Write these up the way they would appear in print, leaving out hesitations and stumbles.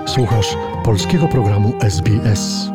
Słuchasz polskiego programu SBS.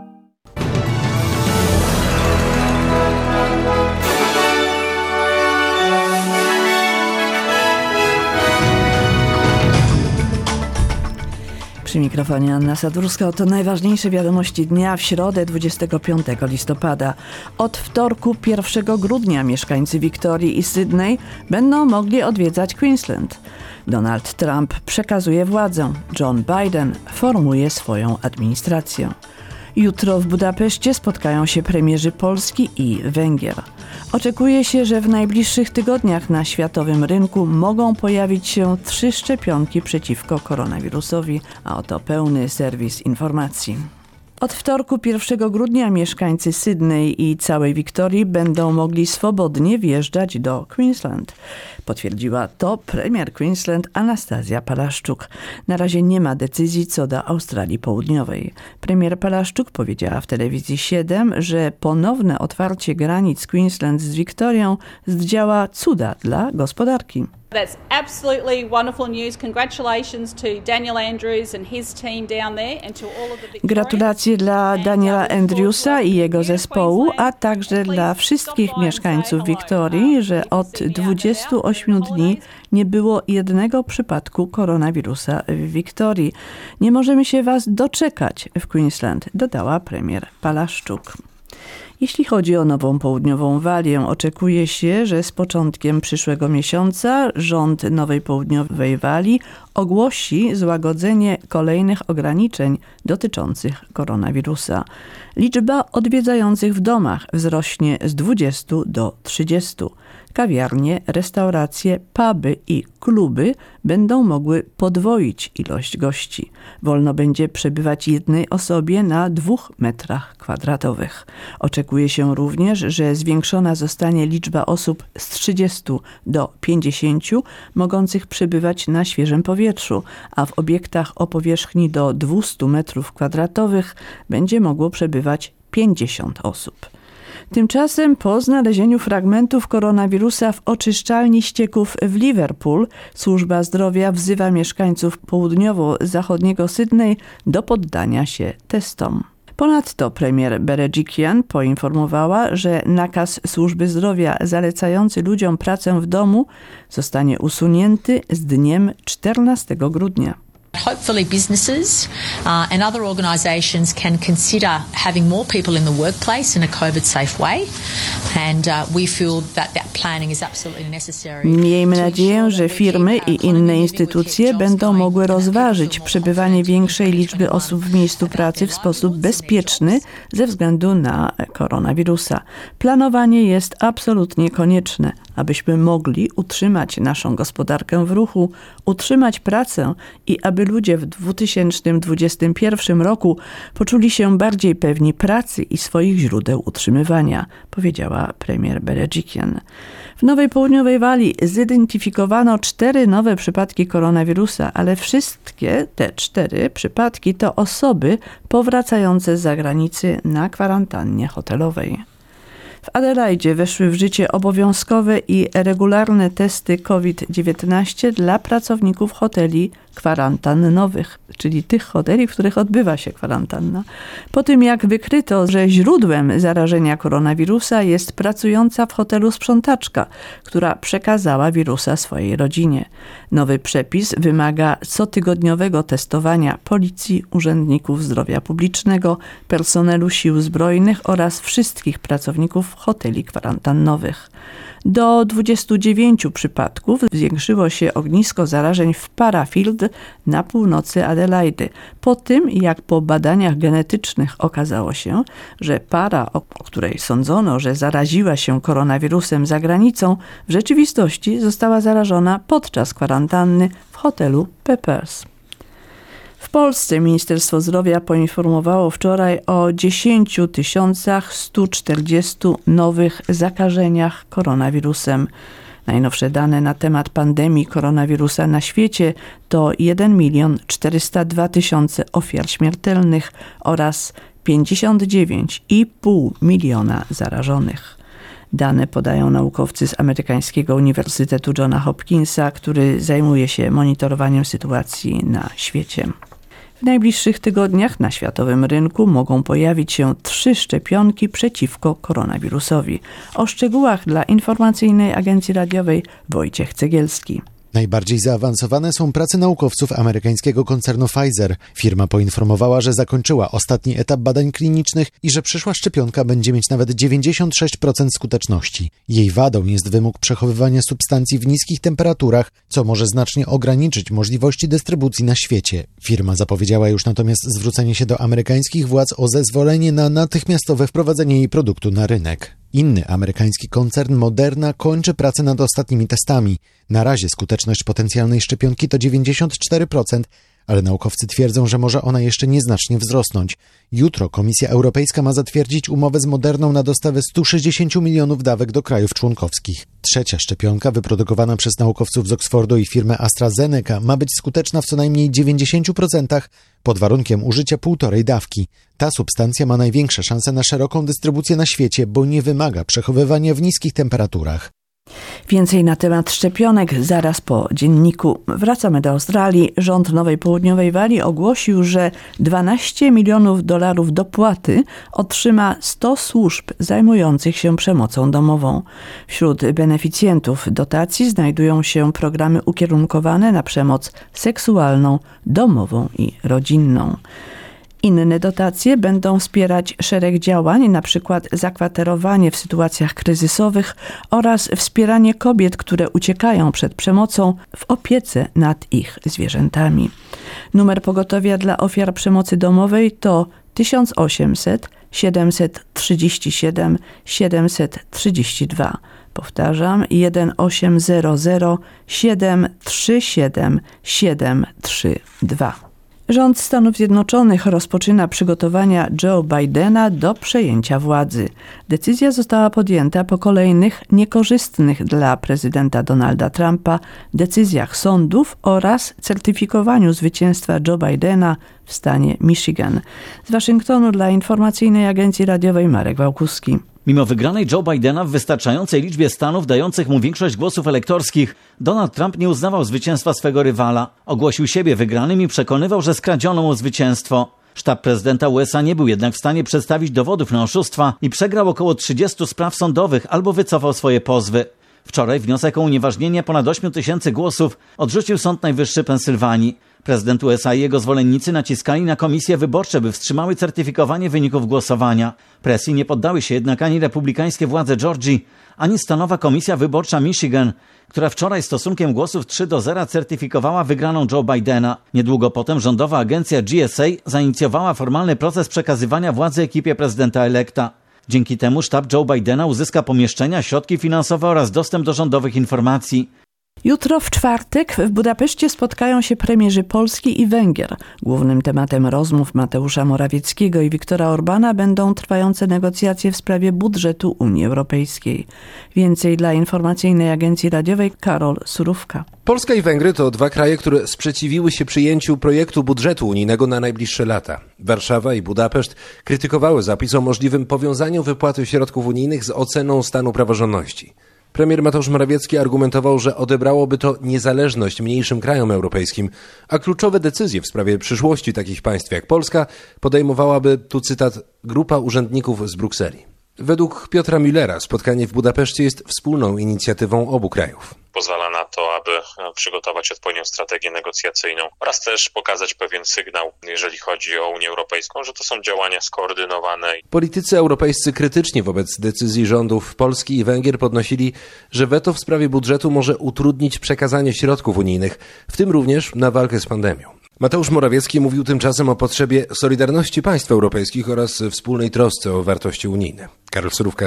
Przy mikrofonie Anna Sadurska. Oto najważniejsze wiadomości dnia w środę 25 listopada. Od wtorku 1 grudnia mieszkańcy Wiktorii i Sydney będą mogli odwiedzać Queensland. Donald Trump przekazuje władzę. John Biden formuje swoją administrację. Jutro w Budapeszcie spotkają się premierzy Polski i Węgier. Oczekuje się, że w najbliższych tygodniach na światowym rynku mogą pojawić się 3 szczepionki przeciwko koronawirusowi, a oto pełny serwis informacji. Od wtorku 1 grudnia mieszkańcy Sydney i całej Wiktorii będą mogli swobodnie wjeżdżać do Queensland. Potwierdziła to premier Queensland Anastazja Palaszczuk. Na razie nie ma decyzji co do Australii Południowej. Premier Palaszczuk powiedziała w telewizji 7, że ponowne otwarcie granic Queensland z Wiktorią zdziała cuda dla gospodarki. That's absolutely wonderful news. Congratulations to Daniel Andrews and his team down there and to all of the Victorians. Gratulacje dla Daniela Andrewsa i jego zespołu, a także dla wszystkich mieszkańców Wiktorii, że od 28 dni nie było jednego przypadku koronawirusa w Wiktorii. Nie możemy się was doczekać w Queensland, dodała premier Palaszczuk. Jeśli chodzi o Nową Południową Walię, oczekuje się, że z początkiem przyszłego miesiąca rząd Nowej Południowej Walii ogłosi złagodzenie kolejnych ograniczeń dotyczących koronawirusa. Liczba odwiedzających w domach wzrośnie z 20 do 30. Kawiarnie, restauracje, puby i kluby będą mogły podwoić ilość gości. Wolno będzie przebywać jednej osobie na 2 metrach kwadratowych. Oczekuje się również, że zwiększona zostanie liczba osób z 30 do 50 mogących przebywać na świeżym powietrzu, a w obiektach o powierzchni do 200 metrów kwadratowych będzie mogło przebywać 50 osób. Tymczasem po znalezieniu fragmentów koronawirusa w oczyszczalni ścieków w Liverpool służba zdrowia wzywa mieszkańców południowo-zachodniego Sydney do poddania się testom. Ponadto premier Berejiklian poinformowała, że nakaz służby zdrowia zalecający ludziom pracę w domu zostanie usunięty z dniem 14 grudnia. Hopefully businesses and other organisations can consider having more people in the workplace in a COVID-safe way, and we feel that planning is absolutely necessary. Miejmy nadzieję, że firmy i inne instytucje będą mogły rozważyć przebywanie większej liczby osób w miejscu pracy w sposób bezpieczny ze względu na koronawirusa. Planowanie jest absolutnie konieczne, abyśmy mogli utrzymać naszą gospodarkę w ruchu, utrzymać pracę i aby ludzie w 2021 roku poczuli się bardziej pewni pracy i swoich źródeł utrzymywania, powiedziała premier Berejiklian. W Nowej Południowej Walii zidentyfikowano 4 nowe przypadki koronawirusa, ale wszystkie te 4 przypadki to osoby powracające z zagranicy na kwarantannie hotelowej. W Adelaidzie weszły w życie obowiązkowe i regularne testy COVID-19 dla pracowników hoteli kwarantannowych, czyli tych hoteli, w których odbywa się kwarantanna. Po tym jak wykryto, że źródłem zarażenia koronawirusa jest pracująca w hotelu sprzątaczka, która przekazała wirusa swojej rodzinie. Nowy przepis wymaga cotygodniowego testowania policji, urzędników zdrowia publicznego, personelu sił zbrojnych oraz wszystkich pracowników hoteli kwarantannowych. Do 29 przypadków zwiększyło się ognisko zarażeń w Parafield na północy Adelaidy. Po tym, jak po badaniach genetycznych okazało się, że para, o której sądzono, że zaraziła się koronawirusem za granicą, w rzeczywistości została zarażona podczas kwarantanny w hotelu Peppers. W Polsce Ministerstwo Zdrowia poinformowało wczoraj o 10 140 nowych zakażeniach koronawirusem. Najnowsze dane na temat pandemii koronawirusa na świecie to 1 402 000 ofiar śmiertelnych oraz 59,5 miliona zarażonych. Dane podają naukowcy z amerykańskiego Uniwersytetu Johna Hopkinsa, który zajmuje się monitorowaniem sytuacji na świecie. W najbliższych tygodniach na światowym rynku mogą pojawić się 3 szczepionki przeciwko koronawirusowi. O szczegółach dla Informacyjnej Agencji Radiowej Wojciech Cegielski. Najbardziej zaawansowane są prace naukowców amerykańskiego koncernu Pfizer. Firma poinformowała, że zakończyła ostatni etap badań klinicznych i że przyszła szczepionka będzie mieć nawet 96% skuteczności. Jej wadą jest wymóg przechowywania substancji w niskich temperaturach, co może znacznie ograniczyć możliwości dystrybucji na świecie. Firma zapowiedziała już natomiast zwrócenie się do amerykańskich władz o zezwolenie na natychmiastowe wprowadzenie jej produktu na rynek. Inny amerykański koncern Moderna kończy pracę nad ostatnimi testami. Na razie skuteczność potencjalnej szczepionki to 94%, ale naukowcy twierdzą, że może ona jeszcze nieznacznie wzrosnąć. Jutro Komisja Europejska ma zatwierdzić umowę z Moderną na dostawę 160 milionów dawek do krajów członkowskich. Trzecia szczepionka, wyprodukowana przez naukowców z Oxfordu i firmę AstraZeneca, ma być skuteczna w co najmniej 90% pod warunkiem użycia 1,5 dawki. Ta substancja ma największe szanse na szeroką dystrybucję na świecie, bo nie wymaga przechowywania w niskich temperaturach. Więcej na temat szczepionek zaraz po dzienniku. Wracamy do Australii. Rząd Nowej Południowej Walii ogłosił, że $12 milionów dopłaty otrzyma 100 służb zajmujących się przemocą domową. Wśród beneficjentów dotacji znajdują się programy ukierunkowane na przemoc seksualną, domową i rodzinną. Inne dotacje będą wspierać szereg działań, np. zakwaterowanie w sytuacjach kryzysowych oraz wspieranie kobiet, które uciekają przed przemocą w opiece nad ich zwierzętami. Numer pogotowia dla ofiar przemocy domowej to 1800 737 732. Powtarzam, 1800 737 732. Rząd Stanów Zjednoczonych rozpoczyna przygotowania Joe Bidena do przejęcia władzy. Decyzja została podjęta po kolejnych niekorzystnych dla prezydenta Donalda Trumpa decyzjach sądów oraz certyfikowaniu zwycięstwa Joe Bidena w stanie Michigan. Z Waszyngtonu dla Informacyjnej Agencji Radiowej Marek Wałkuski. Mimo wygranej Joe Bidena w wystarczającej liczbie stanów dających mu większość głosów elektorskich, Donald Trump nie uznawał zwycięstwa swego rywala. Ogłosił siebie wygranym i przekonywał, że skradziono mu zwycięstwo. Sztab prezydenta USA nie był jednak w stanie przedstawić dowodów na oszustwa i przegrał około 30 spraw sądowych albo wycofał swoje pozwy. Wczoraj wniosek o unieważnienie ponad 8 000 głosów odrzucił Sąd Najwyższy Pensylwanii. Prezydent USA i jego zwolennicy naciskali na komisje wyborcze, by wstrzymały certyfikowanie wyników głosowania. Presji nie poddały się jednak ani republikańskie władze Georgii, ani stanowa komisja wyborcza Michigan, która wczoraj stosunkiem głosów 3-0 certyfikowała wygraną Joe Bidena. Niedługo potem rządowa agencja GSA zainicjowała formalny proces przekazywania władzy ekipie prezydenta elekta. Dzięki temu sztab Joe Bidena uzyska pomieszczenia, środki finansowe oraz dostęp do rządowych informacji. Jutro w czwartek w Budapeszcie spotkają się premierzy Polski i Węgier. Głównym tematem rozmów Mateusza Morawieckiego i Viktora Orbana będą trwające negocjacje w sprawie budżetu Unii Europejskiej. Więcej dla Informacyjnej Agencji Radiowej Karol Surówka. Polska i Węgry to dwa kraje, które sprzeciwiły się przyjęciu projektu budżetu unijnego na najbliższe lata. Warszawa i Budapeszt krytykowały zapis o możliwym powiązaniu wypłaty środków unijnych z oceną stanu praworządności. Premier Mateusz Morawiecki argumentował, że odebrałoby to niezależność mniejszym krajom europejskim, a kluczowe decyzje w sprawie przyszłości takich państw jak Polska podejmowałaby, tu cytat, grupa urzędników z Brukseli. Według Piotra Müllera spotkanie w Budapeszcie jest wspólną inicjatywą obu krajów. Pozwala na to, aby przygotować odpowiednią strategię negocjacyjną oraz też pokazać pewien sygnał, jeżeli chodzi o Unię Europejską, że to są działania skoordynowane. Politycy europejscy krytycznie wobec decyzji rządów Polski i Węgier podnosili, że weto w sprawie budżetu może utrudnić przekazanie środków unijnych, w tym również na walkę z pandemią. Mateusz Morawiecki mówił tymczasem o potrzebie solidarności państw europejskich oraz wspólnej trosce o wartości unijne. Karol Surówka.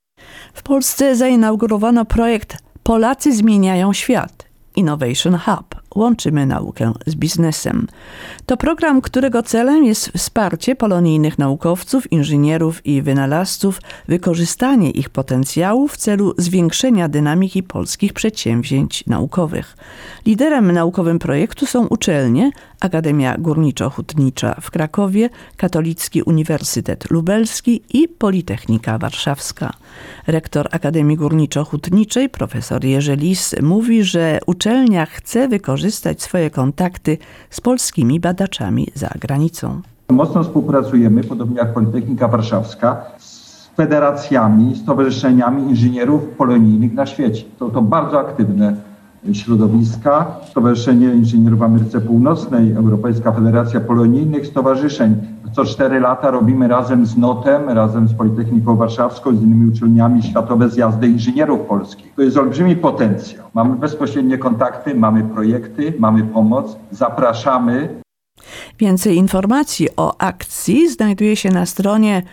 W Polsce zainaugurowano projekt Polacy zmieniają świat. Innovation Hub. Łączymy naukę z biznesem. To program, którego celem jest wsparcie polonijnych naukowców, inżynierów i wynalazców, wykorzystanie ich potencjału w celu zwiększenia dynamiki polskich przedsięwzięć naukowych. Liderem naukowym projektu są uczelnie Akademia Górniczo-Hutnicza w Krakowie, Katolicki Uniwersytet Lubelski i Politechnika Warszawska. Rektor Akademii Górniczo-Hutniczej, profesor Jerzy Lis, mówi, że uczelnia chce wykorzystać wykorzystać swoje kontakty z polskimi badaczami za granicą. Mocno współpracujemy, podobnie jak Politechnika Warszawska, z federacjami, stowarzyszeniami inżynierów polonijnych na świecie. To bardzo aktywne środowiska. Stowarzyszenie Inżynierów w Ameryce Północnej, Europejska Federacja Polonijnych Stowarzyszeń. Co 4 lata robimy razem z NOT-em, razem z Politechniką Warszawską, z innymi uczelniami światowe zjazdy inżynierów polskich. To jest olbrzymi potencjał. Mamy bezpośrednie kontakty, mamy projekty, mamy pomoc. Zapraszamy. Więcej informacji o akcji znajduje się na stronie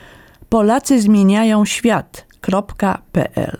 polacyzmieniają-świat.pl.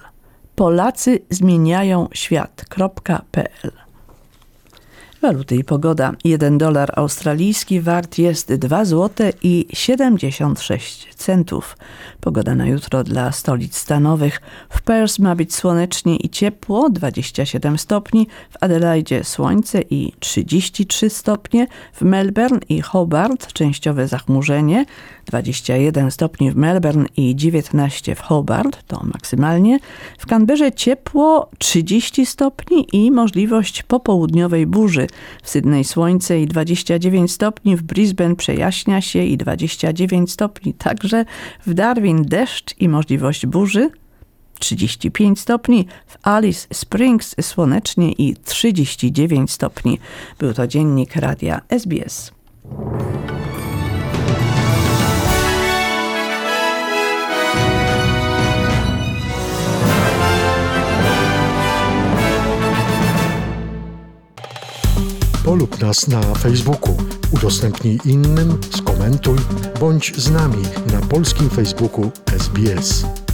polacyzmieniają-świat.pl. Waluty i pogoda. $1 australijski wart jest 2 zł i 76 centów. Pogoda na jutro dla stolic stanowych. W Perth ma być słonecznie i ciepło, 27 stopni. W Adelaidzie słońce i 33 stopnie. W Melbourne i Hobart częściowe zachmurzenie, 21 stopni w Melbourne i 19 w Hobart, to maksymalnie. W Canberrze ciepło, 30 stopni i możliwość popołudniowej burzy. W Sydney słońce i 29 stopni, w Brisbane przejaśnia się i 29 stopni. Także w Darwin deszcz i możliwość burzy, 35 stopni, w Alice Springs słonecznie i 39 stopni. Był to dziennik radia SBS. Polub nas na Facebooku, udostępnij innym, skomentuj, bądź z nami na polskim Facebooku SBS.